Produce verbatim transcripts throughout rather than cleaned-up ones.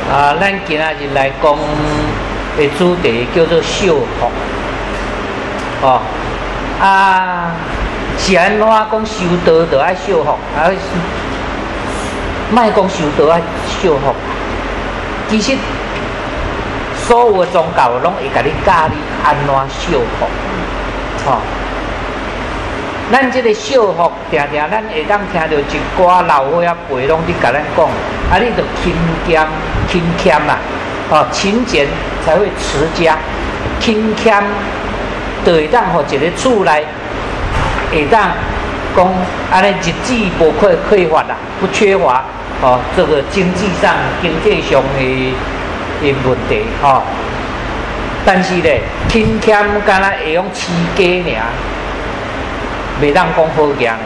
啊，咱今仔日来讲的主题叫做修福。哦，啊，是安怎讲修道就爱修福，啊，莫讲修道爱修福。其实所有的宗教拢会甲你教你安怎修福。哦，咱即个修福，定定咱会当听到一寡老伙仔辈拢伫甲咱讲，啊，你着勤俭勤俭啦，哦，勤俭才会持家，勤俭就会当互一个厝内会当讲安尼日子无匮匮乏啦，不缺乏哦，这个经济上、经济上的的问题哦。但是咧，勤俭敢若会用饲鸡尔，袂当讲好行。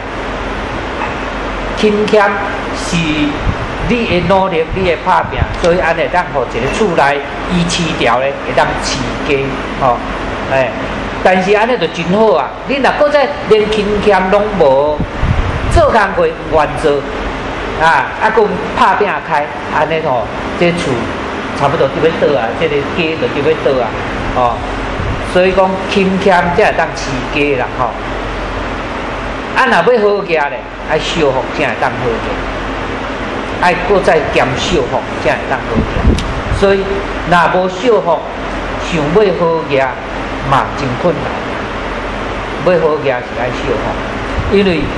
勤俭是你的努力，你的拍拼，所以安尼当互一个厝内伊饲条咧，会当饲鸡哦，哎。但是安尼就真好啊！你若搁再连勤俭拢无，做工课毋愿做啊，啊，搁拍拼开，安尼吼，这厝差不多就要倒啊，这个鸡就就要倒啊，哦，所以讲勤俭才会当饲鸡啦，吼、哦。啊，若要好行咧，爱修福才会当好行，爱搁再兼修福才会当好行。所以若无修福，想要好行嘛真困难。要好行是爱修福，因为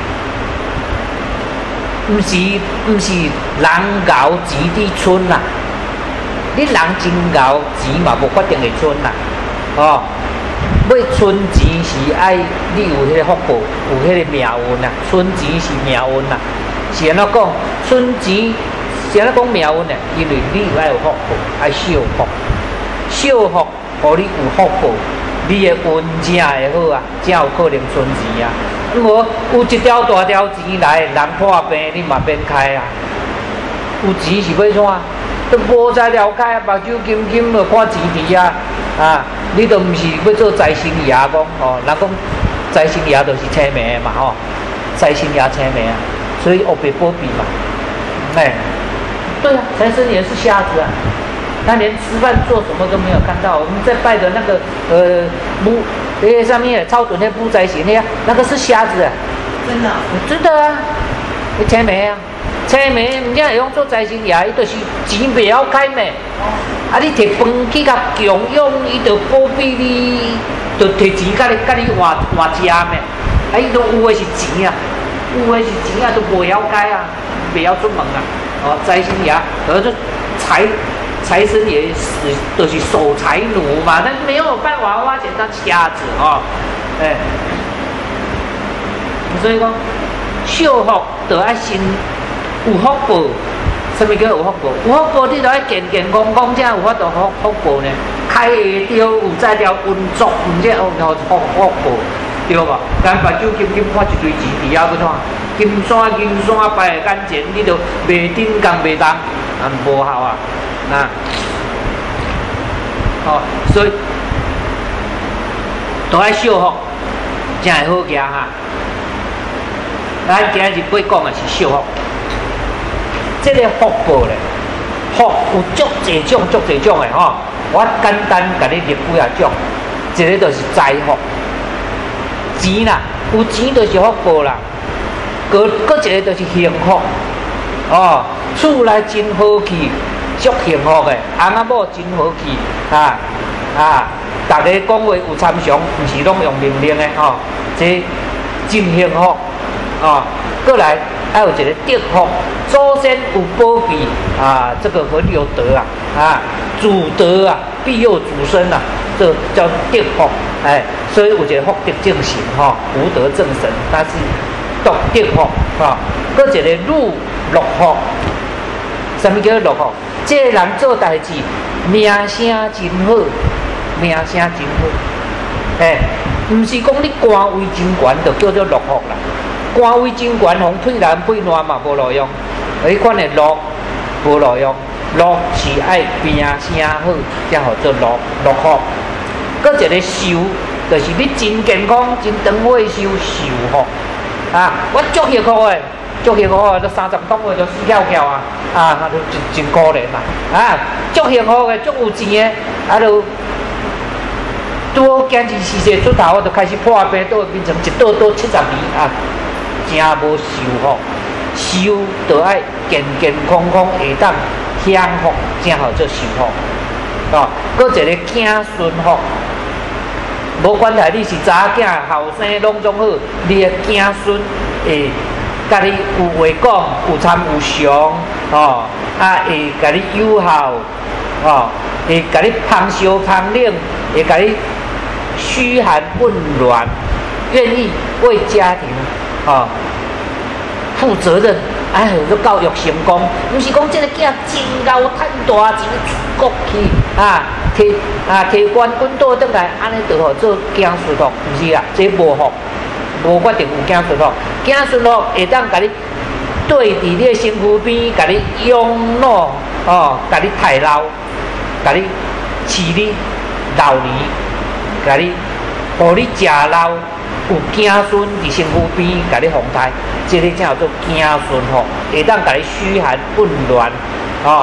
毋是毋是人熬钱伫村啦。你人真熬钱嘛，无法定会存啦，哦，要存钱是爱你有迄个福报，有迄个命运啦。存钱是命运啦，是安怎讲？存钱是安怎讲命运呢？因为你有爱有福报，爱修福，修福，互你有福报，你的运正会好啊，才有可能存钱啊。无有一条大条钱来，人破病你嘛免开啊。有钱是要怎？都无在了解啊，目睭金金就看钱池啊！啊，你都毋是要做财神爷讲哦，人讲财神爷就是青眉嘛吼，财神爷青眉啊，所以黑白波比嘛，哎，对啊，财神爷是瞎子啊，他连吃饭做什么都没有看到。我们在拜的那个呃木诶上面超准的布财神呀，那个是瞎子啊， 真的、啊， 真的啊，青眉啊。青眉，人家会用做财神爷，伊就是钱袂晓开咩。啊，你摕饭去甲供养，伊就保庇你，就摕钱甲你甲你换换食咩。啊，伊都有诶是钱啊，有诶是钱啊，都袂晓解啊，袂晓出门啊。哦，财神爷，而就财财神爷是都、就是守财奴嘛，但没有办法花钱当瞎子哦。哎，所以讲修福就爱先。有福报，什么叫有福报？有福报，你著爱健健康康，才有法度福福报呢。开会着有才条运作，毋则有福福福报，对无？咱目睭金金看一堆钱伫遐，要怎？金山金山摆在眼前，你著袂顶工袂当，啊无效啊！那哦，所以都爱修福，才会好行哈。咱今日要讲的是修福。这个福报咧，福有足侪种、足侪种的吼。我简单甲你列几啊种，一个就是财福，钱啦，有钱就是福报啦。搁搁一个就是幸福，哦，厝内真好气，足幸福的，翁仔某真好气，啊啊，大家讲话有参详，毋是拢用命令的吼，这真幸福，哦，过来。还有一个德福，祖先有保庇啊，这个很有德啊啊，祖德啊，庇佑祖孙啊，这叫德福。哎，所以有一个福德正神哈，福德正神，它是读德福哈。搁一个禄禄福，什么叫禄福？这个人做代志名声真好，名声真好。哎，唔是讲你官位真悬就叫做禄福啦。官位真悬，红配蓝配烂嘛无路用，迄款的禄无路用，禄是爱名声好，才好做禄禄福。搁一个寿，就是你真健康、真长岁寿寿福啊！我足幸福的， 足幸福的，都三十公的就死翘翘啊，啊，都真真可怜嘛，啊，足幸福的，足有钱的，啊，都拄好坚持四岁出头，我就开始破病，倒变成一倒倒七十年啊，真无受福，受就爱健健康康会当享福，才好做幸福。哦，搁一个子孙福，无管台你是查囝、后生拢总好，你的子孙会甲你有话讲，有参有详，哦，啊会甲你友好，哦，会甲你旁烧旁冷，会甲你嘘寒问暖，愿意为家庭，哦，负责任。哎，都教育成功，毋是讲这个囝真够趁大钱出国去啊，摕啊摕冠军倒转来，安尼就好做子孙福，毋是啦，这无福，无决定有子孙福，子孙福会当甲你对伫你的身躯边，甲你养老哦，甲你太老，甲你饲你老年，甲你，互你食老。有子孙伫身躯边，甲你奉胎，这个才叫做子孙福，会当甲你嘘寒问暖，哦，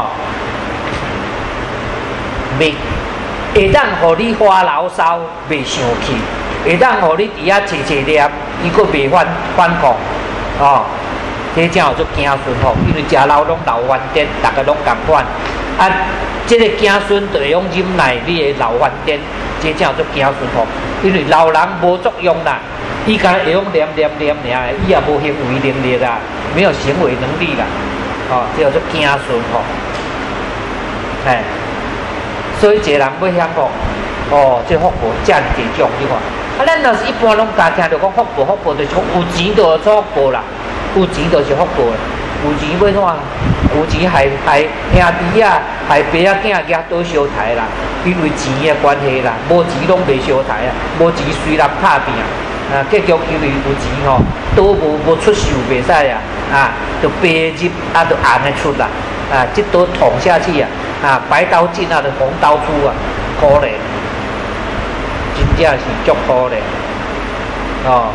袂会当互你发牢骚，袂生气，会当互你伫遐坐坐念，伊佫袂反反抗，哦，这才叫做子孙福，因为食老拢老翻颠，大家拢共款，啊，这个子孙就会用忍耐你的老翻颠，这才叫做子孙福，因为老人无作用啦。伊敢会用念念念尔，伊也无行为能力啦，没有行为能力啦，哦，这叫做子孙福，哎，所以一个人要享福，哦，这福报真济种，你看，啊，咱若是一般拢家听着讲福报，福报就是有钱就做福报啦，有钱就是福报，有钱要怎？有钱害害兄弟啊，害爸仔囝囝倒烧台啦，因为钱的关系啦，无钱拢袂烧台啊，无钱随人拍拼。啊，结局因为有钱吼，都无无出手袂使啊，啊，就白入啊，就红的出啦，啊，这刀捅下去啊，啊，白刀进啊，就红刀出啊，可怜，真正是足可怜，哦，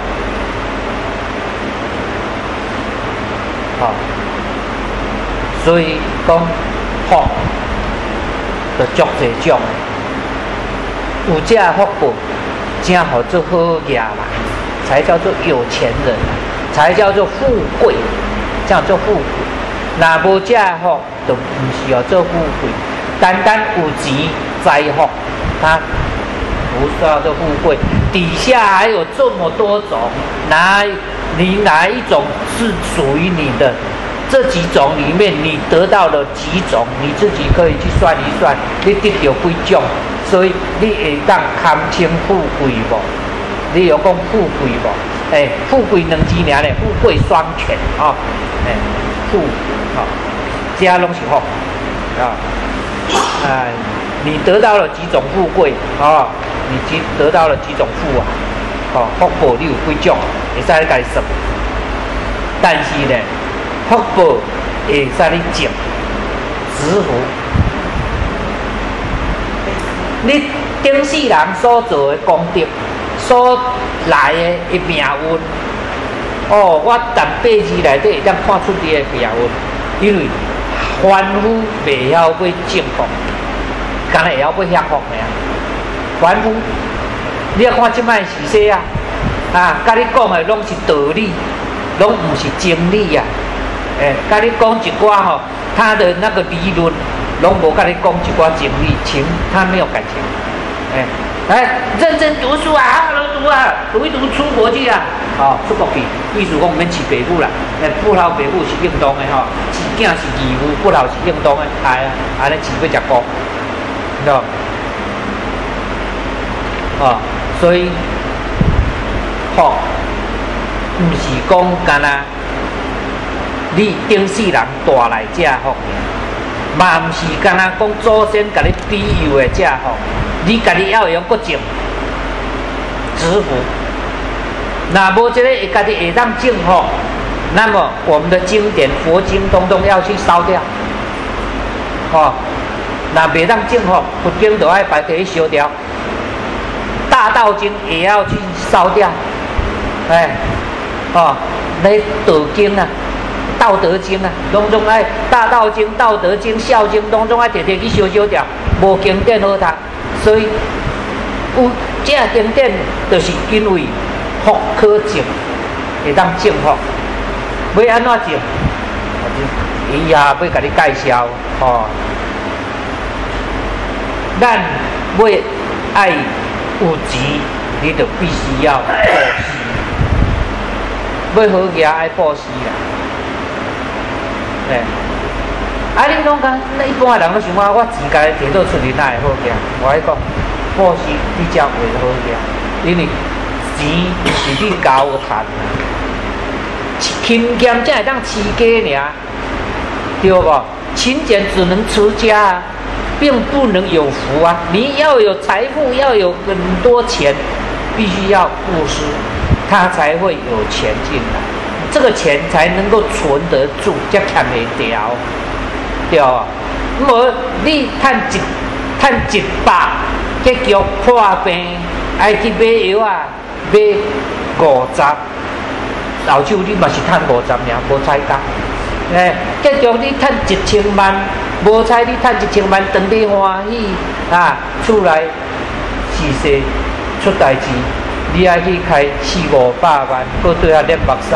哦，所以讲福，就足侪种，有这福报。真好做好业啦，才叫做有钱人，才叫做富贵，这样做富贵。若无这福，就唔需要做富贵。单单有钱财福，他不需要做富贵。底下还有这么多种，哪你哪一种是属于你的？这几种里面，你得到了几种，你自己可以去算一算，你得到几种。所以你会当堪称富贵无？你有讲富贵无？哎、欸，富贵两字尔咧，富贵双全啊！哎、欸，富啊，这拢是福啊！啊，你得到了几种富贵啊？你几得到了几种富啊？哦，福报你有几种？会使你家己算。但是呢，福报会使你种植福。你顶世人所做的功德，所来的一命运，哦，我但八字内底会当看出你的命运，因为凡夫袂晓要正福，敢会晓要享福的啊？凡夫，你要看即摆时势啊，啊，甲你讲的拢是道理，拢毋是真理啊！诶、欸，甲你讲一寡吼，他的那个理论。拢无甲你讲一寡情理，情他没有感情，哎、欸，来认真读书啊，好好读啊，读一读出国去啊，哦，出国去，意思讲免饲爸母啦，诶，父老爸母是应当的吼，饲囝是义务，父老是应当的，哎呀，安尼饲要食菇，知道？哦，所以福，毋是讲干那，你顶世人带来这福。嘛毋是干那讲祖先甲你庇佑的这吼，你家己要用搁种植福。若无这个会家己会当种福，那么我们的经典佛经通通要去烧掉。哦，若袂当种福，佛经就爱白摕去烧掉。大道经也要去烧掉。哎，哦，那道经啊， 道德经啊，拢总爱大道经、道德经、孝经，拢总爱摕摕去烧烧掉，无经典好读，所以有这经典，就是因为福可证，会当证福，要安怎证？伊也要甲你介绍哦。咱要爱有钱，你就必须要布施。要好嘢爱布施啦，诶，啊你拢讲，那一般人都想讲，我钱家摕倒出去哪会好嘢？我爱讲，布施你才会好嘢，因为钱是你交赚，勤俭才会当持家尔，对不？勤俭只能持家啊。并不能有福啊！你要有财富，要有很多钱，必须要布施，他才会有钱进来，这个钱才能够存得住，才欠会掉，对啊。无你赚一赚一百，结局破病，爱去买药啊，买五十，后手你嘛是赚五十尔，无彩价。诶，结局你赚一千万。无彩你赚一千万，当你欢喜啊，厝内是说出代志，你爱去开四五百万，搁对遐念目屎，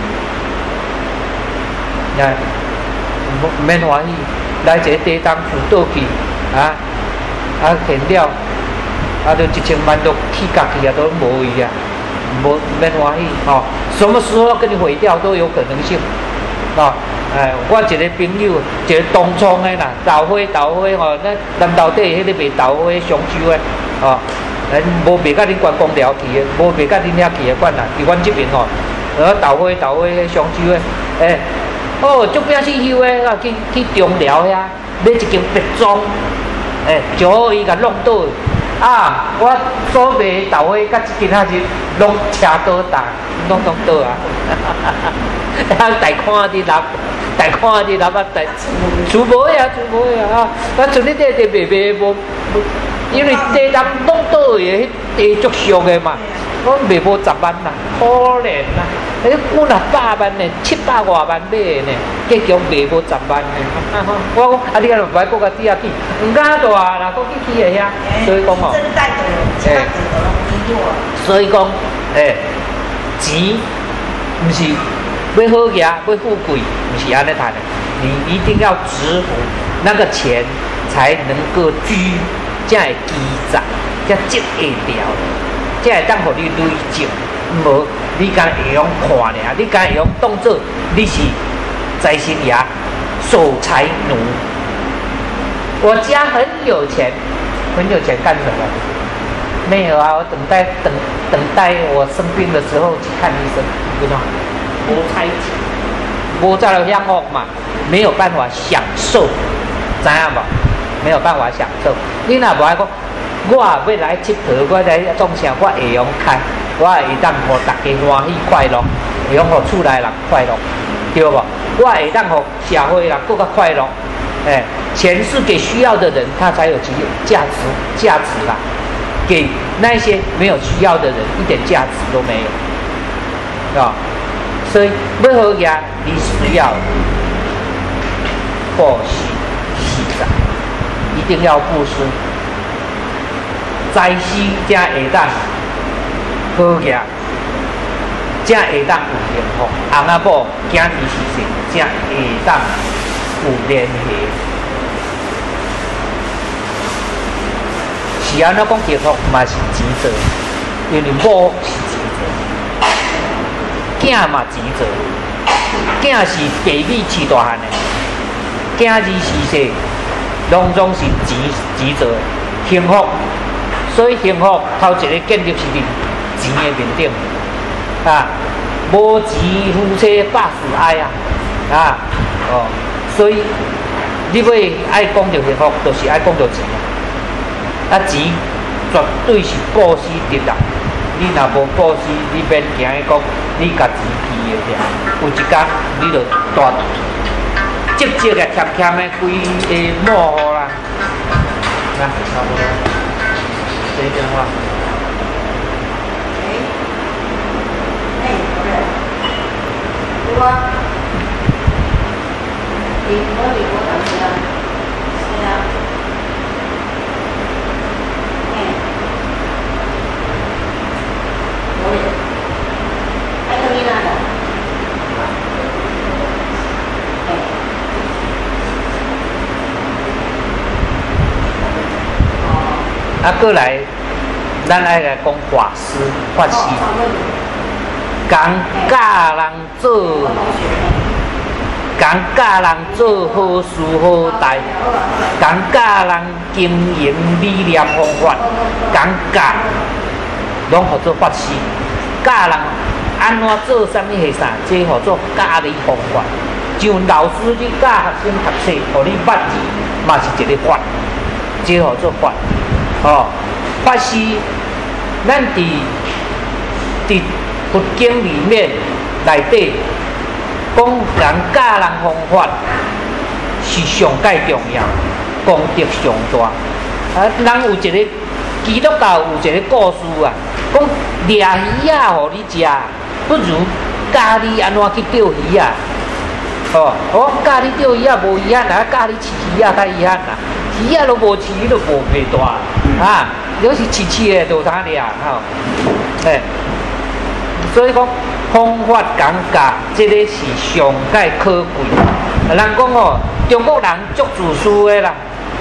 哎，唔免欢喜，来一个地当厝倒去啊，啊现了，啊就一千万都去家去啊，都无位啊，无免欢喜哦，什么时候跟你毁掉都有可能性，啊。哎，我一个朋友，一个东涌的啦，豆花豆花吼，咱南投底迄个卖豆花商州的，哦，咱无卖甲恁关公寮去的，无卖甲恁遐去的款啦，伫阮这边吼，呃豆花豆花迄商州的，诶、欸，哦，足饼死休的，啊去去中寮遐买一间别庄，诶、欸，就好伊甲弄倒，啊，我所卖豆花甲一间仔是拢车倒打，拢拢倒啊，啊，大看的拿。大看的老板大，厝无呀，厝无呀啊！啊，像你这这卖卖无，因为地人弄倒的，迄地足俗的嘛，我卖无十万啦，可怜啦！迄本啊百万呢，七百外万买的呢，结局卖无十万呢。我讲啊，你啊，唔爱搁甲底下去，唔敢大啦，搁去去的遐，所以讲吼，诶，所以讲，诶，钱唔是。要好嘢，要富贵，不是安尼谈的。你一定要值福，那个钱才能够居，才会积攒，才积会掉，才会当互你累积。无，你敢会用看尔？你敢会用当做你是财神爷、守财奴？我家很有钱，很有钱干什么？没有啊，我等待等等待我生病的时候去看医生，不知道。无彩钱，无在了享福嘛，没有办法享受，知影无？没有办法享受。你若无爱讲，我要来佚佗，我来创啥？我会用开，我会当互大家欢喜快乐，会用互厝内人快乐，对无？我会当互社会人更加快乐。哎，钱是给需要的人，他才有价值价值啦。给那些没有需要的人，一点价值都没有，啊。所以要好嘢，你需要布施施财，一定要布施，财施才会当好嘢，才会当有幸福。翁仔某囝儿是谁，才会当有联系。是安怎讲幸福嘛是钱做，因为某是钱做。囝嘛钱做，囝是爸米饲大汉的，囝儿是说，拢总是钱钱做的，幸福。所以幸福头一个建立是伫钱的面顶，啊，无钱夫妻百事哀啊，啊，哦，所以你要爱讲到幸福，就是爱讲到钱啊，钱绝对是布施得来。你若无布施，你免惊伊讲，你家己皮的了。有一天，你就大直接个欠欠的规个抹好啦。来，差不多。接电话。哎，哎，好嘞。对啊。 你我你我感觉啊，是啊，哎，我也，还有你那个，哎，哦， 啊，过来，咱爱来讲法师、法师，讲教人做。讲教人做好事好代，讲教人经营理念方法，讲教拢叫做法师。教人安怎做啥物系啥，这叫做教理方法。像老师去教学生读册，互你捌字，嘛是一个法，这叫做法。哦，法师，咱伫伫佛经里面内底。讲人教人方法是上介重要，功德上大。啊，人有一个基督教有一个故事啊，讲掠鱼仔互你食，不如教你安怎去钓鱼啊。哦，我教你钓鱼仔无遗憾啊，教你饲鱼仔较遗憾啦。鱼仔都无饲，你都无袂大啊。你是饲饲的，就通掠吼。诶，所以讲。方法讲教，这个是上界可贵。人讲哦，中国人足自私的啦。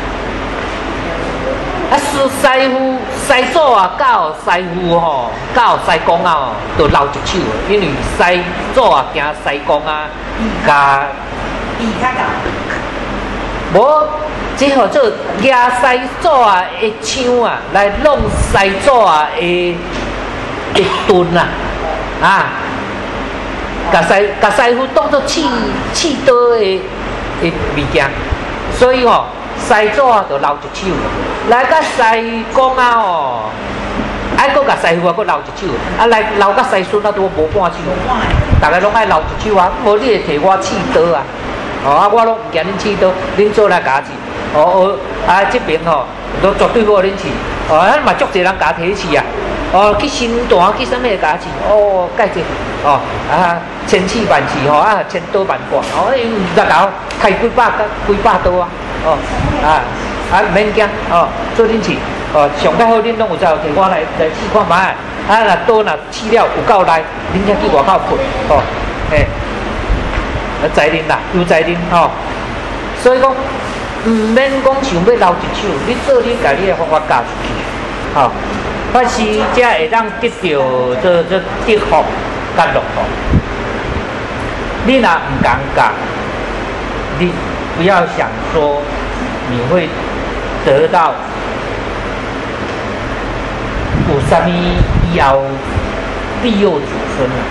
啊，师师傅师祖啊，教师傅吼，教师公啊，哦，都留一手，因为师祖啊，惊师公啊，甲伊较高。无，只好做举师祖啊的枪啊，来弄师祖啊的的盾啊，啊。甲师甲师傅当作刺刺刀的的物件，所以吼师祖啊就留一手，来甲师公啊吼，爱搁甲师傅啊搁留一手，啊来留甲师孙啊都无半手，大家拢爱留一手啊，无你会摕我刺刀啊，哦啊我拢毋惊恁刺刀，恁做来甲我刺，哦哦啊这边吼都绝对无恁刺，哦啊嘛足侪人甲提刺啊。哦，去新段去啥物会甲刺？哦，介济哦啊，千刺万刺吼啊，千刀万剐哦，因若甲开几百几百刀啊，哦啊啊免惊哦，做恁刺哦，上较好恁拢有才摕我来来试看卖，啊若刀若刺了有够力，恁才去外口喷哦，嘿，啊在恁啦，有在恁吼，所以讲毋免讲想要留一手，你做你家己的方法教出去，吼。法师才会当得到这这得福甲乐福。你若唔敢教，你不要想说你会得到有啥物以后庇佑子孙啊。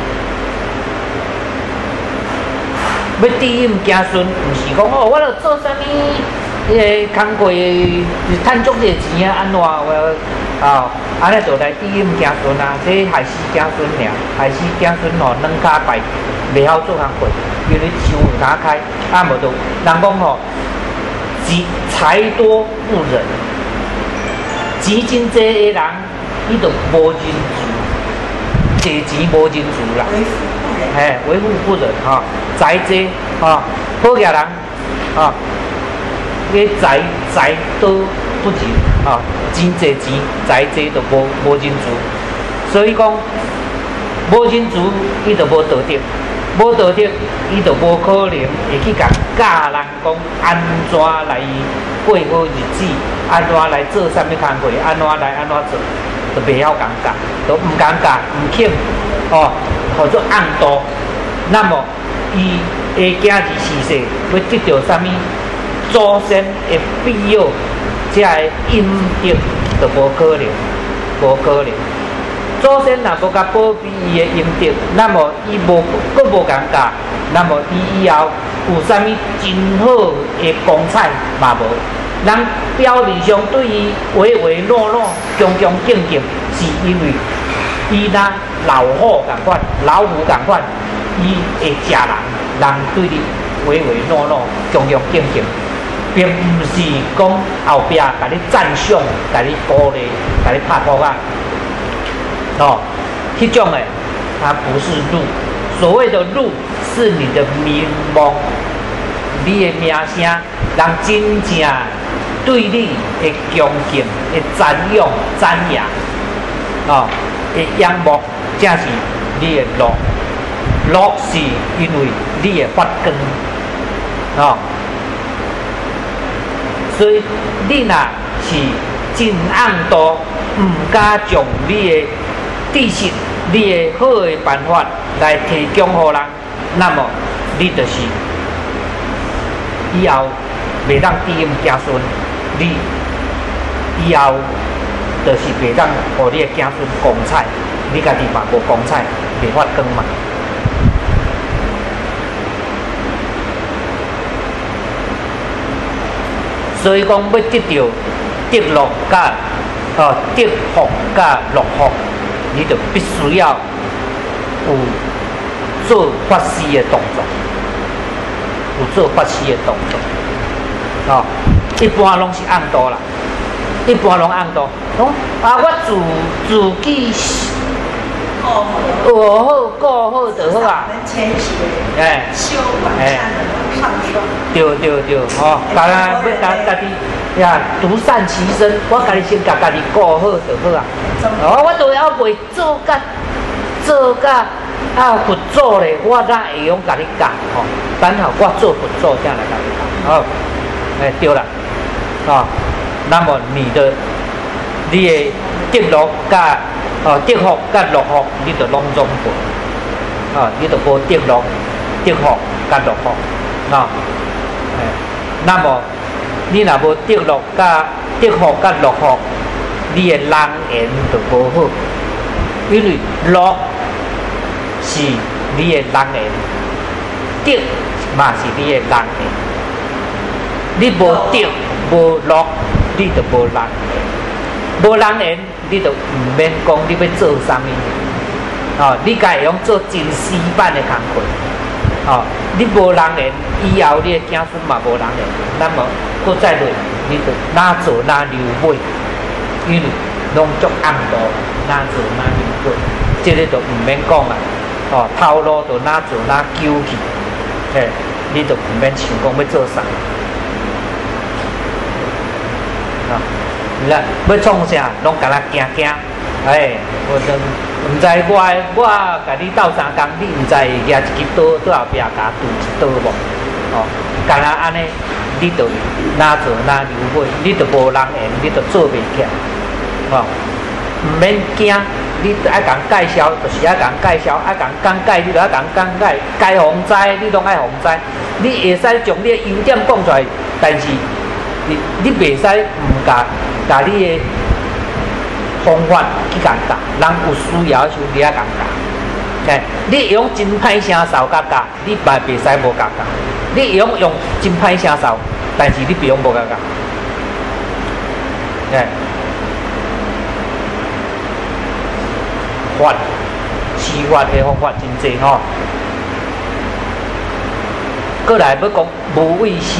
要第一唔惊孙，唔是讲哦，我著做啥物迄个工课趁足济钱啊，安怎我啊？安尼就来第一唔惊孙啊，这害死惊孙尔，害死惊孙吼，软骹摆，袂晓做工课，因为手有打开，啊无就人讲吼，钱财多不仁，钱真济的人，伊就无仁慈，借钱无仁慈啦。哎，为富不仁哈，财济哈，好个人啊，个财财多不仁啊，钱济钱财济就无无仁慈，所以讲无仁慈，伊就无道德，无道德，伊就无可能会去甲教人讲安怎来过好日子，安怎来做啥物工课，安怎来安怎做，就袂晓讲教，都毋敢教，毋肯哦。叫做暗道，那么伊的囝儿世世要得到啥物祖先的庇佑，这个阴德就无可能，无可能。祖先若无甲保庇伊的阴德，那么伊无佫无共教，那么伊以后有啥物真好的光彩嘛无？人表面上对伊唯唯诺诺、恭恭敬敬，是因为伊若老虎共款，老虎共款，伊会食人，人对你唯唯诺诺、恭恭敬敬，并毋是讲后壁甲你赞赏、甲你鼓励、甲你拍鼓啊，哦，迄种诶，它不是路。所谓的路，是你的名望、 你的名声，人真正对你的恭敬、的赞扬、赞扬，哦，的仰慕，正是你的乐。乐是因为你的发光，哦，所以你若是真暗道，唔敢将你的知识、你的好的办法来提供予人，那么你就是以后袂当低音子孙，你以后就是袂当互你的子孙光彩，你家己嘛无光彩，袂发光嘛。所以讲要得到得乐甲哦得福甲乐福，你就必须要有做法事的动作，有做法事的动作。哦，一般拢是暗道啦，一般拢暗道。哦，啊，我自自己学好过好就好啊。哎， 修晚餐的上霜。 对对对，哦，家要家家己呀独善其身，我家己先家家己顾好就好啊。哦，我都要袂做甲做甲啊佛祖咧，我哪会用家己教吼？等候我做佛祖才来家己教。哦，哎对了，哦，那么你的你的得乐甲哦得福甲乐福，你就拢总无，啊，你就无得乐得福甲乐福，啊。那么，你若无得乐甲得福甲乐福，你的人缘就无好，因为乐是你的人缘，得嘛是你的人缘。你无得无乐，你就无人缘。无人缘，你就唔免讲你要做啥物，哦，你家会用做真死板的工课。哦，你无人缘，以后你的子孙嘛无人缘，那么搁再落，你就哪做哪流尾，因为拢足暗道，哪做哪流尾，这个就唔免讲啦。哦，头路就哪做哪揪去，嘿，你就唔免想讲要做啥。啊，啦，要创啥，拢甲咱惊惊，哎，我真。唔知我我甲你斗相共，你唔知举一支刀在后壁甲拄一刀无？哦，干那安尼，你就哪做哪流尾，你就无人缘，你就做袂起来。哦，唔免惊，你爱共介绍，就是爱共介绍，爱共讲解，你就爱共讲解，该防知你拢爱防知。你会使将你的优点讲出来，但是你你袂使唔甲甲你的方法去共教，人有需要的时候你也共教。哎，你会用真歹声嗽甲教，你嘛袂使无甲教。你会用用真歹声嗽，但是你袂用无甲教。哎，法施法的方法真济吼。过来要讲无畏施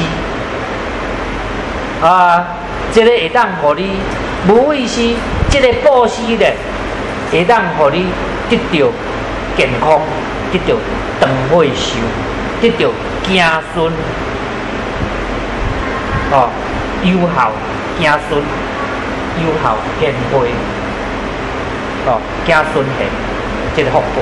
啊，这个会当互你无畏施。这个布施咧，会当互你得到健康，得到长岁寿，得到子孙哦，有效子孙，有效贤惠哦，子孙贤，这个福报。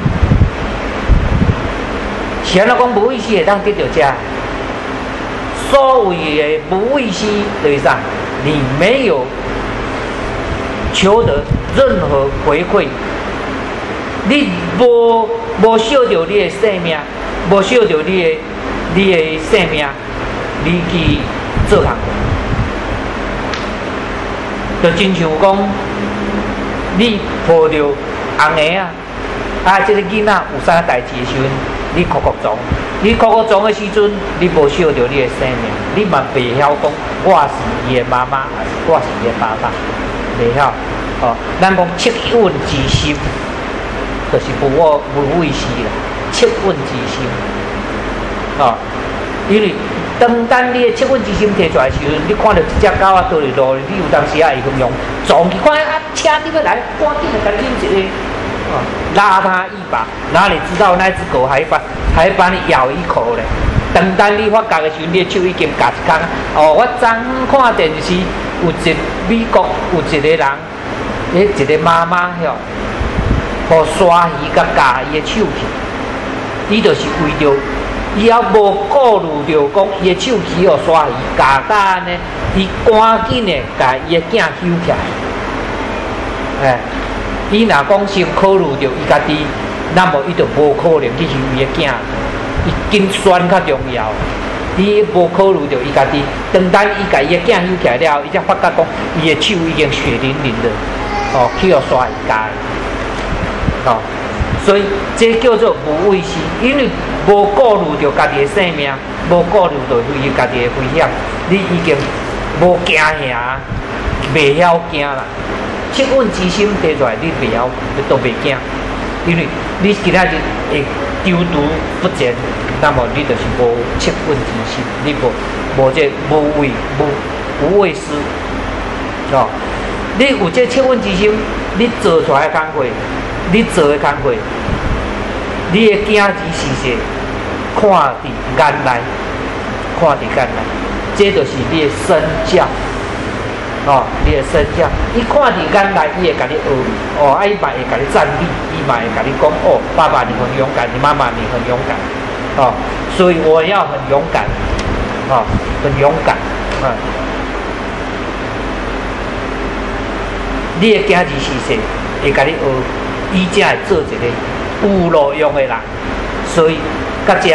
是安怎讲无畏施会当得到这？所谓的无畏施就是啥？你没有求得任何回馈，你无无受到你的生命，无受到你的你的生命，你去做工，就亲像讲，你抱着红鞋啊，啊，这个囡仔有啥代志的时阵，你哭哭撞，你哭哭撞的时阵，你无受到你的生命，你嘛袂晓讲我是伊的妈妈，还是我是伊的爸爸。袂晓哦，咱讲恻隐之心，就是无我无畏施啦。恻隐之心，哦，因为当等你的恻隐之心摕出来的时候，你看到一只狗啊倒伫路，你有当时啊会咁用撞去看啊，车你要来，赶紧的赶紧一个，哦，拉它一把，哪里知道那只狗还把还把你咬一口嘞？ 当等你发觉的时候，你的手已经夹一空。哦，我昨看电视，有一美国有一个人，迄一个妈妈吼，互鲨鱼甲夹伊的手去，伊就是为着。伊也无顾虑着讲，伊的手起互鲨鱼夹到安尼，伊赶紧的甲伊的囝揪起来。哎，伊若讲先考虑着伊家己，那么伊就无可能去揪伊的囝。伊紧选较重要，伊无考虑着伊家己。当等伊甲伊的囝揪起来了后，伊才发觉讲，伊的手已经血淋淋的，哦，去互鲨鱼夹的，哦。所以这叫做无畏心，因为无顾虑着家己的性命，无顾虑着伊家己的危险，你已经无惊吓，袂晓惊啦。七稳之心提出来，你袂晓都袂惊，因为你其他日会丢毒不前，那么你就是无七稳之心，你无无这无畏无无畏思，哦，你有这七稳之心，你做出来的工作。你做的工作，你的囝儿事实看伫眼内，看伫眼内，这就是你的身教，哦，你的身教。伊看伫眼内，伊会甲你学，哦，啊，伊嘛会甲你赞美，伊嘛会甲你讲，哦，爸爸你很勇敢，你妈妈你很勇敢，哦，所以我要很勇敢，哦，很勇敢，嗯。你的囝儿事实会甲你学。伊才会做一个有路用的人，所以到遮，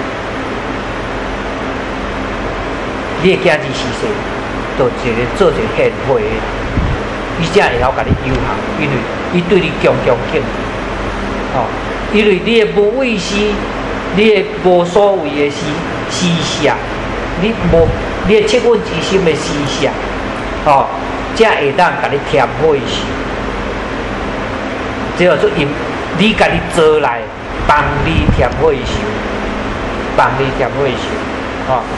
你的囝儿时势，就一个做一个贤惠的人，伊才会晓甲你友好，因为伊对你强强敬重，哦，因为你的无畏心，你的无所谓的施施舍，你无你的七稳之心的施舍，哦，才会当甲你添惠心。这叫做因你家己做来帮你添惠寿，帮你添惠寿，哦，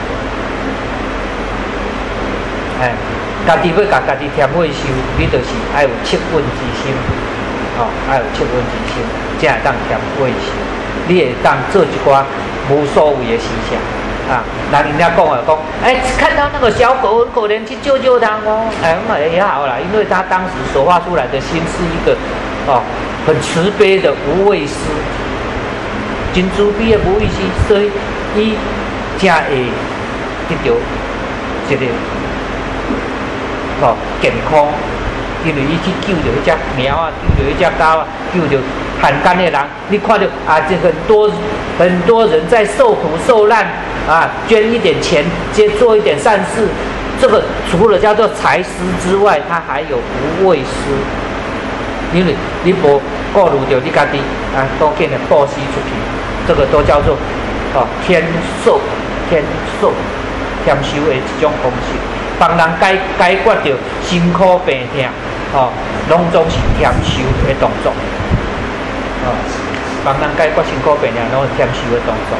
哎，家己要甲家己添惠寿，你就是爱有七稳之心，哦，爱有七稳之心，才会当添惠寿。你会当做一寡无所谓的事情。啊，那人家讲啊讲，哎，看到那个小狗很可怜，去救救它哦，哎，那也好啦，因为他当时所发出来的心是一个哦很慈悲的无畏思，真慈悲的无畏思，所以伊才会得到一个哦健康，因为伊去救着迄只猫啊，救着迄只狗啊，救着汉奸的人，你看到啊，这很多很多人在受苦受难。啊，捐一点钱，接做一点善事，这个除了叫做财施之外，它还有无畏施，因为你无顾虑着你家己啊，都给你布施出去，这个都叫做哦天寿，天寿，添寿的一种方式，帮人解解决着辛苦病痛，哦，拢总是添寿的动作，哦，帮人解决辛苦病痛，拢是添寿的动作。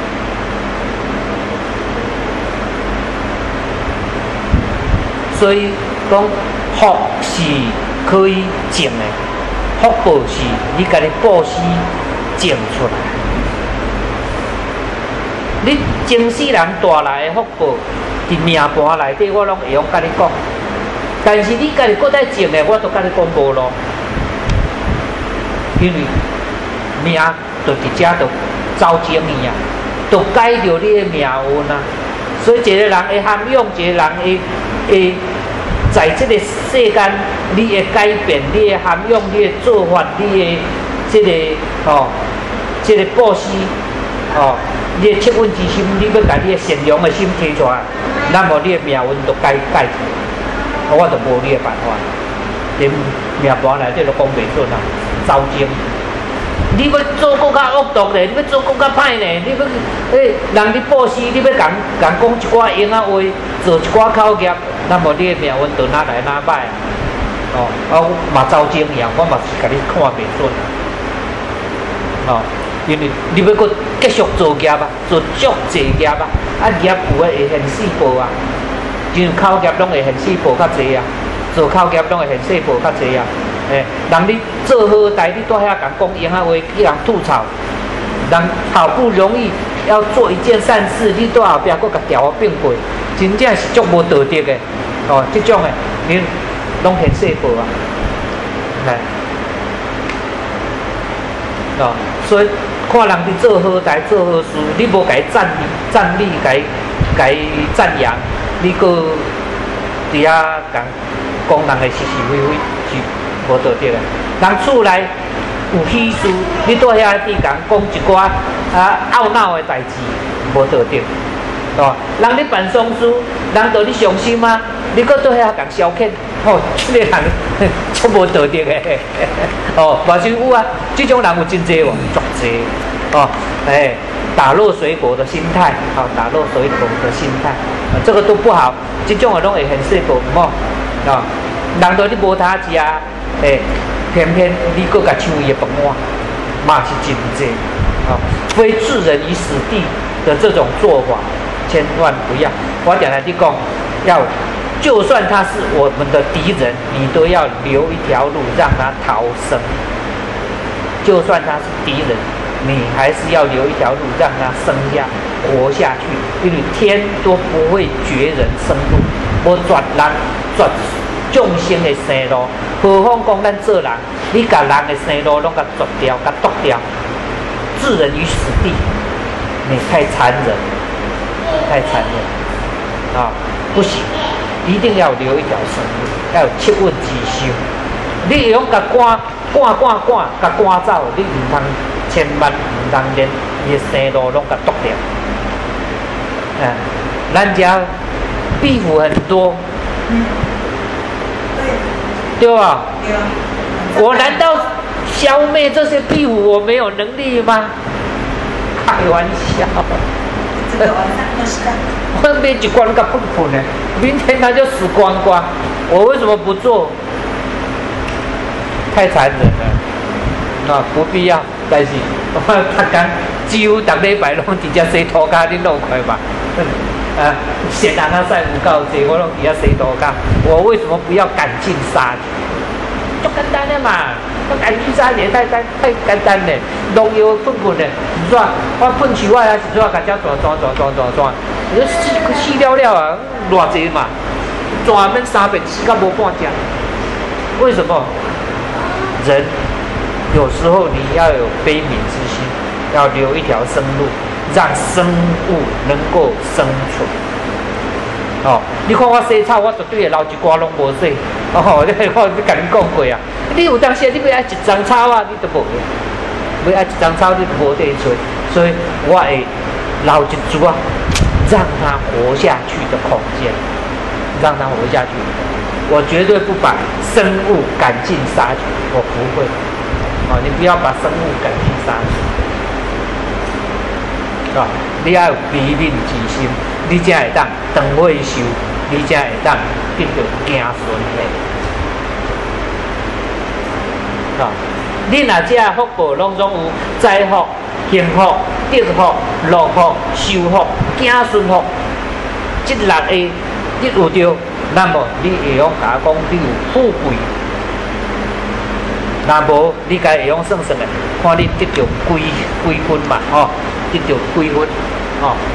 所以讲，福是可以种的，福报是你家己布施种出来。你前世人带来的福报，伫命盘内底，我拢会用甲你讲。但是你家己搁再种的，我都甲你讲无咯。因为命就伫遮就走种去啊，就改着你的命运啊。所以一个人会涵养，一个人会会。在这个世间，你的改变，你的涵养，你的做法，你的这个哦，这个布施哦，你的七稳之心，你要把你的善良的心提出来，那么你的命运就改改去，我就无你的办法。连命盘内底都讲袂准啊，走精。你要做更较恶毒咧，你要做更较歹咧，你要诶，人你布施，你要讲讲讲一寡闲啊话，做一寡口业，那么你的命运就哪来哪歹啊？哦，啊，我嘛走精样，我嘛是甲你看袂准啊。哦，因为你要搁继续做业啊，做足济业啊，啊业有诶会现世报啊，因为口业拢会现世报较济啊，做口业拢会现世报较济啊。诶，人你做好代，你在遐讲讲闲啊话，去人吐槽，人好不容易要做一件善事，你到后壁佫甲调变过，真正是足无道德的。哦，这种的，你拢现世报啊，来，哦，所以看人伫做好代、做好事，你无甲伊赞赞美、甲伊甲伊赞扬，你佫伫遐讲讲人的是是非非，是无道德的。人厝内有喜事，你在遐伫讲讲一寡啊懊恼的代志，无道德，哦，人咧办丧事，人道你伤心啊，你搁在遐讲消遣，哦，这个人足无道德的，哦，嘛是有啊，这种人有真济喎，足济，哦，哎，打落水果的心态，哦，打落水果的心态，啊，这个都不好，这种的拢会现世报，唔好，啊，人道你无他食，哎。偏偏你搁甲抢伊的饭碗，嘛是真济啊！非置人于死地的这种做法，千万不要。我讲来你讲，要就算他是我们的敌人，你都要留一条路让他逃生。就算他是敌人，你还是要留一条路让他生下活下去，因为天都不会绝人生路，无绝人绝众生的生路。何况讲咱做人，你甲人的生路拢甲绝掉、甲剁掉，置人于死地，你太残忍，太残忍啊！不行，一定要留一条生路，要有切问之心。你会用甲赶赶赶赶甲赶走，你唔通千万唔通连伊的生路拢甲剁掉。啊，咱家壁虎很多。嗯，对吧？对啊。我难道消灭这些壁虎我没有能力吗？开玩笑。这个晚上就是的。我买一罐个不困呢，明天它就死光光。我为什么不做？太残忍了，啊，不必要。但是我他讲几乎逐礼拜拢直接洗涂骹，你弄快吧。啊，显然他赛不告诫我拢底下谁都干，我为什么不要赶尽杀绝？就简单的嘛，那赶尽杀绝太太太简单了，农药喷喷的，是吧？我喷树啊，是吧？甲只转转转转转转，你说死死了了啊，偌济嘛，转免三百死到无半只，为什么？人有时候你要有悲悯之心，要留一条生路。让生物能够生存。哦，你看我洗草，我绝对会留一寡拢无洗。哦，你我你甲你讲过啊，你有当时你要爱一丛草啊，你都无个；要爱一丛草，你都无地吹。所以我会留一株啊，让它活下去的空间，让它活下去。我绝对不把生物赶尽杀绝，我不会。哦，你不要把生物赶尽杀绝。啊！你要有悲悯之心，你才会当长岁寿，你才会当得到子孙的。啊！你若这福报拢总有财福、幸福、得福、乐福、寿福、子孙福，这六个你有着，那么你会用甲讲你有富贵。若无，你家会用算算的，看你得到几几分嘛，吼、哦，得到几分，吼、哦。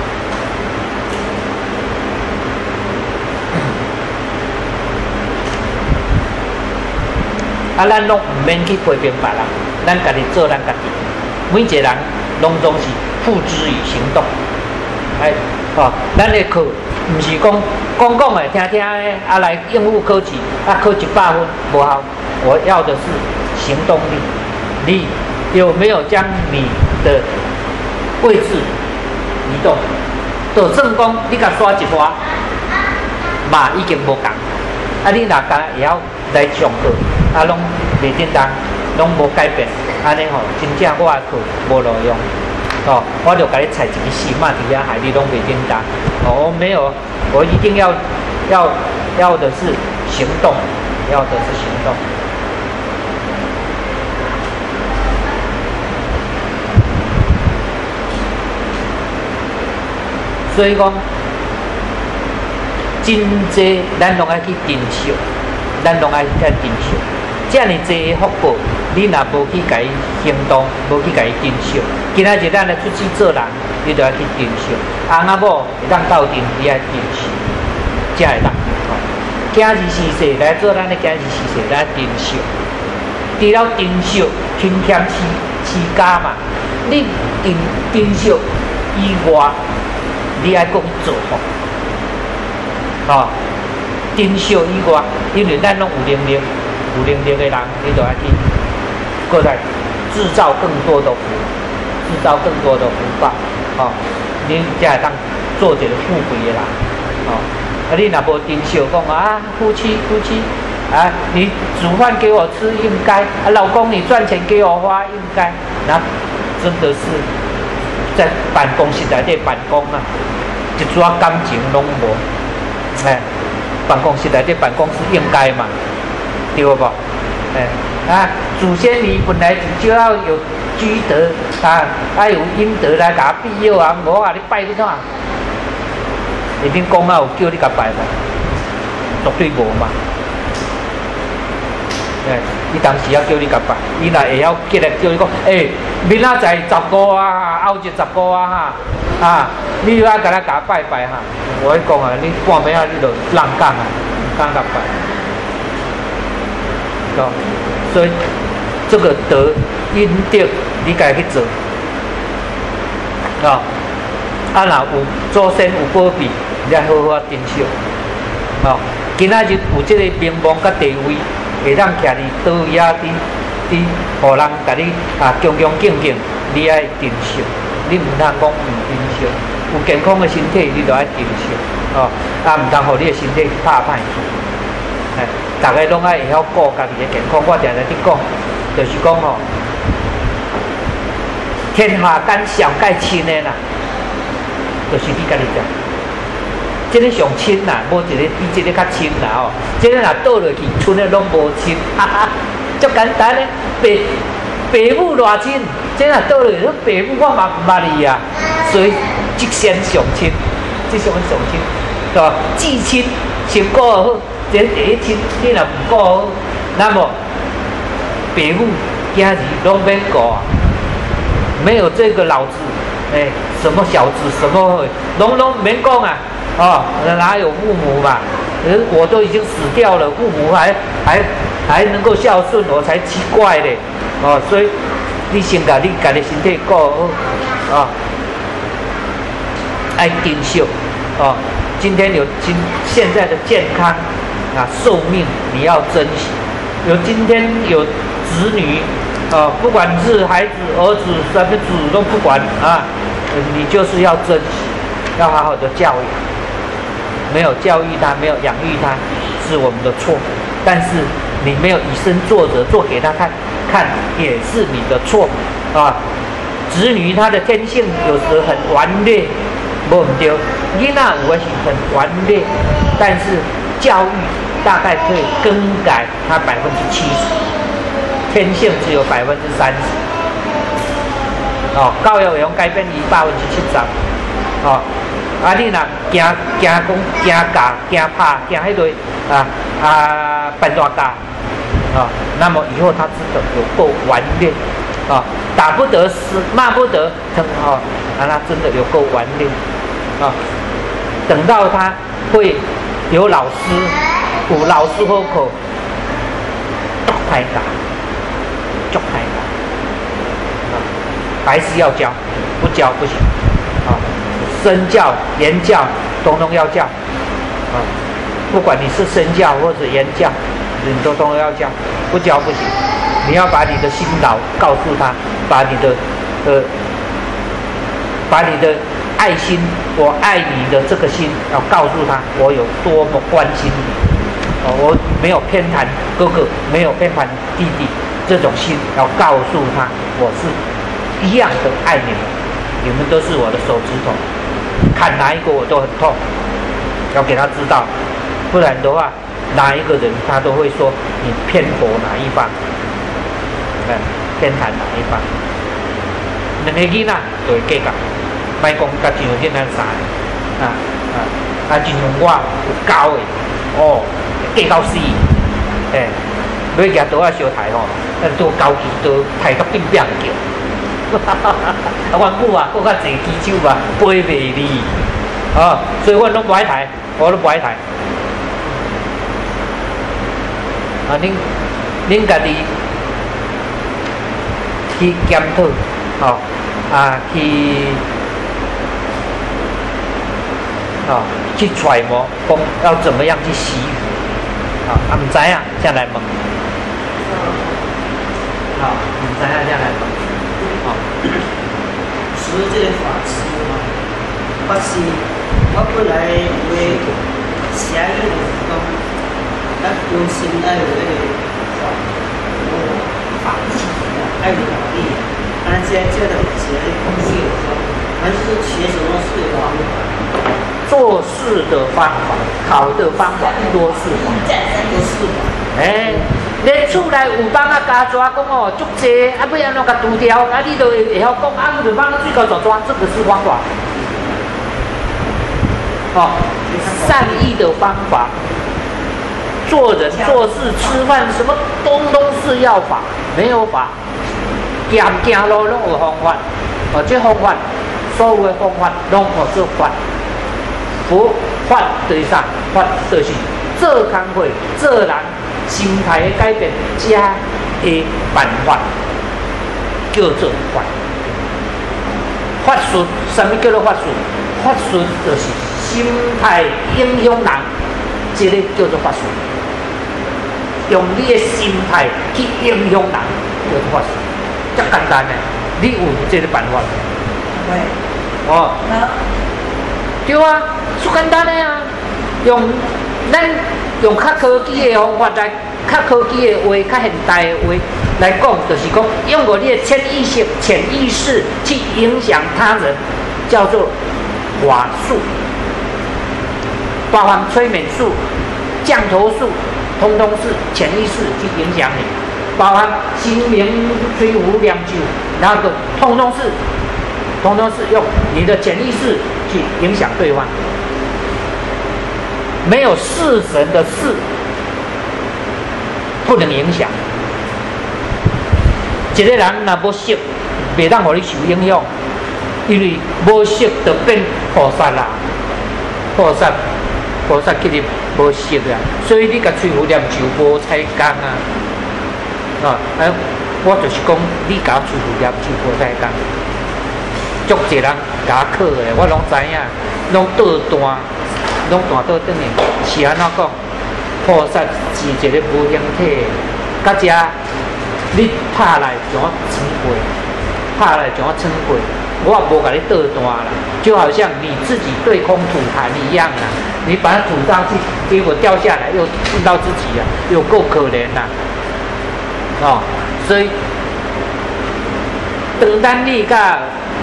啊，咱拢唔免去批评别人，咱家己做咱家己。每一个人拢总是付之于行动，哎，哦，咱的课唔是讲讲讲的，听听的，啊来应付考试，啊考一百分无效。我要的是行动力，你有没有将你的位置移动？就算讲你甲刷一刷，嘛已经无共。啊，你若敢会晓来上课，啊，拢袂叮当，拢无改变，安尼吼，真正我的课无路用。哦，我就甲你踩一个死马底下海里拢袂叮当。哦，没有，我一定要要要的是行动，要的是行动。所以讲，真济咱拢爱去珍惜，咱拢爱去珍惜。 遮尔济福报，你若无去甲伊行动，无去甲伊珍惜，今仔日咱来出去做人，你就要去珍惜。翁仔某会当斗阵，你爱珍惜，才会当。今日时势来做咱的今日时势，咱珍惜。除了珍惜，勤俭持持家嘛，你珍珍惜以外，你爱搁去做福。哦，珍惜以外，因为咱拢有能力，有能力的人，你就要去过来制造更多的福，制造更多的福报。哦，你才会当做一个富贵的人。哦，啊，你若无珍惜，讲啊，夫妻夫妻啊，你煮饭给我吃应该，啊，老公你赚钱给我花应该，那真的是在办公室内底办公啊，一撮感情拢无。哎，办公室内底办公是应该嘛，对不？哎，啊，祖先你本来就要有积德啊，啊有阴德来甲庇佑啊，我啊你拜你怎啊？一定讲啊有叫你甲拜嘛，绝对无嘛。哎，伊当时要叫你甲拜，伊若会晓起来叫你讲，哎，明仔载十五啊，后日十五啊哈，啊，你要甲咱甲拜拜哈。我会讲啊，你半暝啊，你就浪讲啊，唔敢甲拜。哦，所以这个德阴德，你家去做。啊、哦，啊，若有祖先有保庇，你要好好珍惜。哦，今仔日有这个名望甲地位。会当徛伫倒位啊，伫伫，互人甲你啊恭恭敬敬，你爱珍惜，你毋通讲毋珍惜。有健康的身体，你就爱珍惜，哦，啊，毋通互你的身体拍歹去。哎，大家拢爱会晓顾家己的健康。我定定伫讲，就是讲吼，天下间上介亲的啦，就是你家己家。这个上亲啦，无一个比这个较亲啦哦。这个若倒落去，村的拢无亲，哈哈，足简单嘞。爸爸母偌亲，这若倒落去，爸母我嘛毋捌伊啊。所以即先上亲，即上上亲，是吧？至亲先顾好，这第一亲你若唔顾好，那么爸母囝儿拢免顾啊。没有这个老子，哎，什么小子，什么拢拢免讲啊。哦，哪有父母嘛？我都已经死掉了，父母还还还能够孝顺，我才奇怪嘞。哦，所以你先把你家己身体顾好，哦，爱珍惜。哦，今天有今现在的健康啊，寿命你要珍惜。有今天有子女，啊，不管是孩子、儿子、什么子都不管啊，你就是要珍惜，要好好的教育。没有教育他，没有养育他，是我们的错。但是你没有以身作则，做给他看，看也是你的错啊。子女他的天性有时很顽劣，无唔对。囡仔有的是很顽劣，但是教育大概可以更改他百分之七十，天性只有百分之三十。哦，教育用改变伊百分之七十。哦。啊！你若惊惊讲惊教惊拍惊迄类啊啊笨大家啊，那么以后他真的有够顽劣啊，打不得死，骂不得疼啊，啊，那真的有够顽劣啊。等到他会有老师，有老师好口，足歹教，足歹教啊，还是要教，不教不行啊。身教、言教，统统要教，啊，不管你是身教或者言教，你都统统要教，不教不行。你要把你的心老告诉他，把你的，呃，把你的爱心，我爱你的这个心，要告诉他，我有多么关心你，哦，我没有偏袒哥哥，没有偏袒弟弟，这种心要告诉他，我是一样的爱你们，你们都是我的手指头。看哪一个我都很痛，要给他知道，不然的话，哪一个人他都会说你偏颇哪一方，哎，偏袒哪一方。两个囡仔就会计较，莫讲甲真有囡仔啥，啊啊啊！真像我有教的，哦，计较死，哎， 要举刀啊烧台吼，咱做高级刀，台甲变变叫。啊，阮母啊，搁较济基手嘛，飞袂离，哦，所以阮拢不爱台，我都不爱台。啊，恁恁家己去检讨，哦，啊去，哦，去揣摩，讲要怎么样去洗雨，啊，啊，唔知啊，才来问，啊，唔知啊，才来问，哦， 所以这个法师嘛，法师，我本来有个写意就是讲，咱中心爱有那个法，有法律，爱有法律，啊，这这个写的东西有说，还是学什么事的方法？ 做事的方法，考的方法多是法， 多是法。 哎，恁厝内有帮啊加抓讲哦，足济，啊要安怎甲除掉，啊你就会会晓讲，啊你就帮水沟抓抓，这个是方法。哦，善意的方法，做人做事吃饭什么东东是要法，没有法，行行路拢有方法，哦，这方法，所有的方法拢有做法。佛法就是啥？法就是做工课、做人心态的改变，加的办法叫做法。法术，什么叫做法术？法术就是心态影响人，这个叫做法术。用你的心态去影响人，叫做法术。这简单的，你有这个办法？ 对。 哦。对啊，最简单的啊，用咱用较科技的方法来，较科技的话，较现代的话来讲，就是讲用我你的潜意识、潜意识去影响他人，叫做法术，包含催眠术、降头术，通通是潜意识去影响你，包含心灵吹壶酿酒，那个通通是，通通是用你的潜意识。去影响对方，没有事神的事不能影响。一个人若无识，袂当互你受影响，因为无识就变菩萨啦。菩萨，菩萨其实无识啊，所以你甲吹壶念酒无采工啊。啊，哎，我就是讲，你甲吹壶念酒无采工。足侪人甲我考的，我拢知影，拢倒弹，拢弹倒转的。是安怎讲？菩萨是一个无形体，到遮你拍来怎啊穿过？拍来怎啊穿过？我也无甲你倒弹啦，就好像你自己对空吐痰一样啦。你把它吐上去，结果掉下来又碰到自己啊，有够可怜呐！哦，所以当咱你甲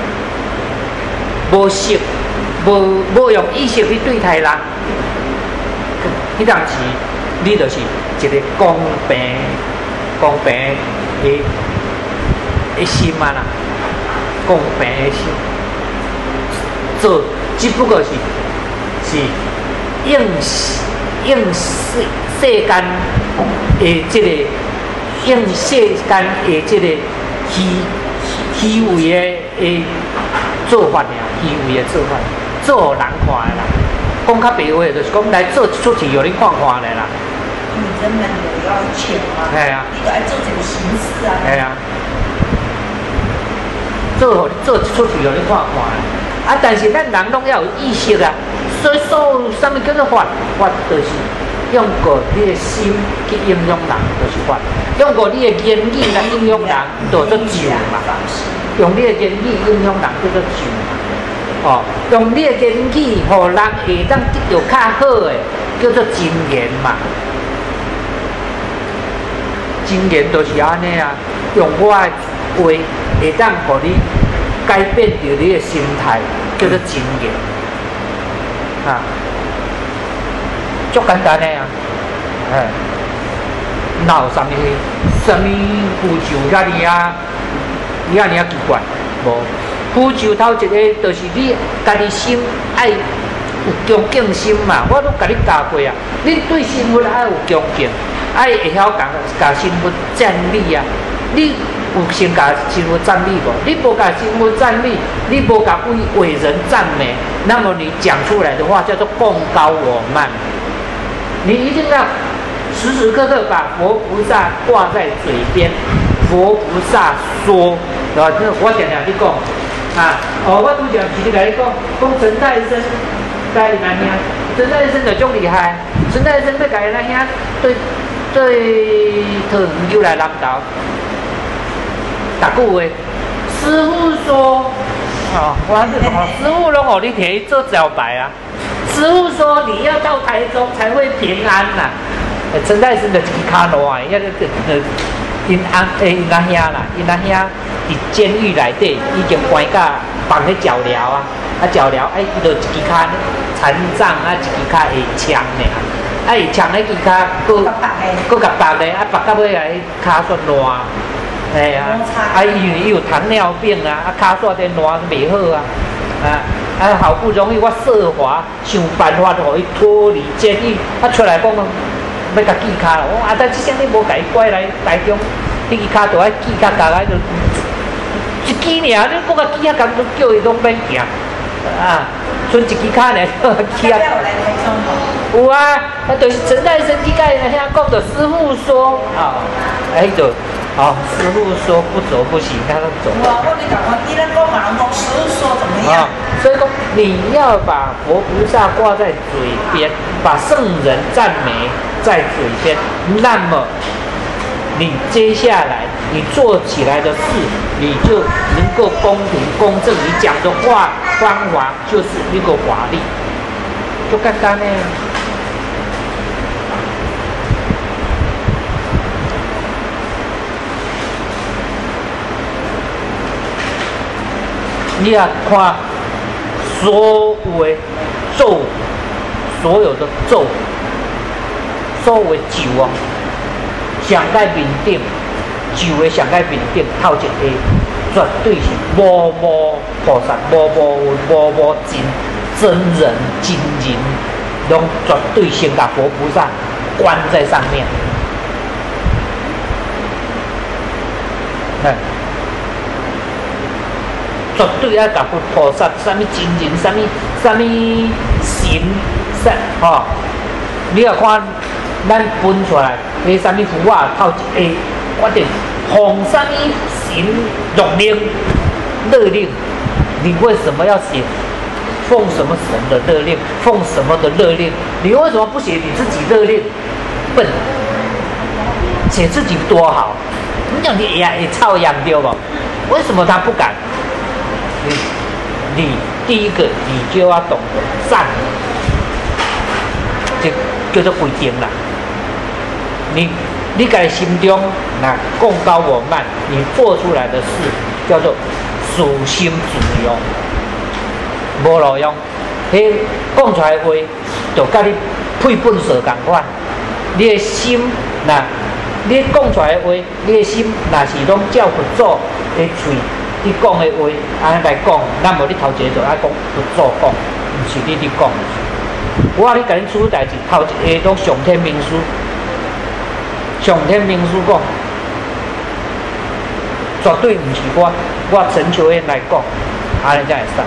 无识，无无用意识去对待人，迄当时你就是一个公平、公平的的心啊啦，公平的心，做只不过是是应应世世间的这个应世间的这个虚虚伪的的做法尔。虚伪的做法，做人看的啦。讲较白话就是讲来做一出戏，互你看看的啦。 因为人们有要求啊， 系啊， 你都爱做这个形式啊。 系啊，做互你做一出戏，互你看看的。啊，但是咱人拢要有意识啊，所以所有什么叫做法？法就是用过你的心去影响人，就是法；用过你的言语来影响人，就做酒嘛。用你的言语影响人，叫做酒嘛。哦，用你的言语，互人会当得到较好的，叫做真言嘛。真言就是安尼啊，用我的话会当互你改变着你的心态，叫做真言啊，足简单的啊，哎，哪有啥物啥物符咒遐尼啊，遐尼啊奇怪，无。符咒头一个就是你家己心爱有恭敬心嘛，我都甲你教过啊。恁对新妇爱有恭敬，爱会晓甲甲新妇赞美啊。你有先甲新妇赞美无？你无甲新妇赞美，你无甲为伟人赞美，那么你讲出来的话叫做贡高我慢。你一定要时时刻刻把佛菩萨挂在嘴边，佛菩萨说，对吧？我常常你讲啊，哦，我拄则是甲你讲，讲陈太生甲伊阿兄，陈太生就足厉害，陈太生要甲伊阿兄对对讨黄牛来南投，逐句话，师父说，哦，我师父拢互你摕去做招牌啊。师父说你要到台中才会平安呐、啊。陈太生就一支骹烂，遐个个因阿诶因阿兄啦，因阿兄伫监狱内底已经关甲放去脚镣啊，啊脚镣哎伊就一支骹残障啊，一支骹会枪尔，啊会枪迄支骹佫佫甲绑咧，啊绑到尾来骹煞烂，哎啊，啊因为伊有糖尿病啊，啊骹煞在烂袂好啊，啊。啊，好不容易我设法想办法，互伊脱离监狱，啊出来讲要甲记卡啦。我啊，但即声你无甲伊拐来台中，你记卡就爱记卡加来就一支尔，你搁甲记啊，咁都叫伊拢免行啊，剩一支卡尔，记啊。有啊，啊，就是陈太生去甲伊遐讲，着师傅说啊，哎就。哦，师傅说不走不行，他都走。 我我你讲我，你那讲嘛，人讲师傅说怎么样？ 所以说你要把佛菩萨挂在嘴边，把圣人赞美在嘴边，那么你接下来你做起来的事，你就能够公平公正，你讲的话方法就是一个法力，就简单呢。你也看所有的咒，所有的咒，所有的咒啊，上界面顶咒的上界面顶透一个，绝对是无无菩萨、无无无无真真人真人，拢绝对先把佛菩萨关在上面。嗯。绝对要甲佛菩萨，啥物真人，啥物啥物神，啥吼？你要看咱分出来，迄啥物符啊，透一下，我得奉啥物神入令勒令？你为什么要写奉什么神的勒令？奉什么的勒令？你为什么不写你自己勒令？笨，写自己多好，你讲你也也操样对不？为什么他不敢？你你第一个你就要懂得善，这叫做规定啦。你你在心中那贡高我慢，你做出来的事叫做属心自用，无路用。迄讲出来的话，就甲你配本色同款。你的心那，你讲出来的话，你的心那是拢照佛祖的嘴。你讲的话，安尼来讲，那么你头一个就爱讲佛祖讲，毋是你你讲。我咧甲恁处理代志，头一个拢上天明书，上天明书讲，绝对毋是我，我陈秋燕来讲，安尼才会使。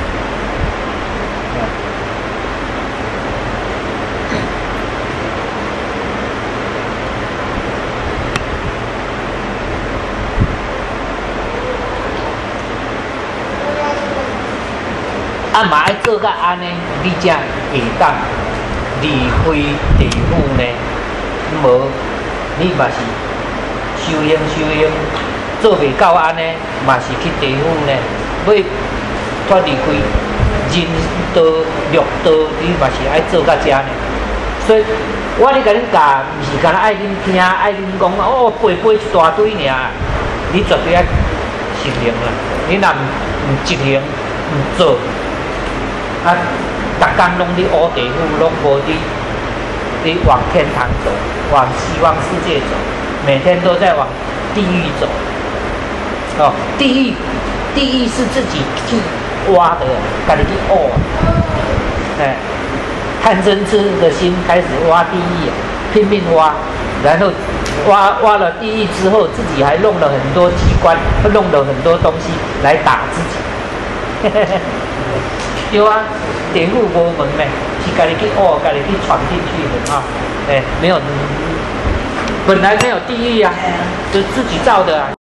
啊嘛爱做甲安尼，你才会当离开地府呢。无，你嘛是修行修行，做袂到安尼，嘛是去地府呢。要脱离开人道、六道，你嘛是爱做甲遮呢。所以，我咧甲恁教，毋是干那爱恁听，爱恁讲哦，背背一大堆尔。你绝对爱实行啦。你若毋毋执行，毋做。啊，逐工拢伫乌地府，拢无伫伫往天堂走，往西方世界走，每天都在往地狱走。哦，地狱，地狱是自己去挖的，家己去挖。 哎，贪嗔痴的心开始挖地狱，拼命挖，然后挖挖了地狱之后，自己还弄了很多机关，弄了很多东西来打自己。对啊，典故无门呢，是家己去挖，家己去闯进去的啊，哎，没有，本来没有地狱啊，就自己造的啊。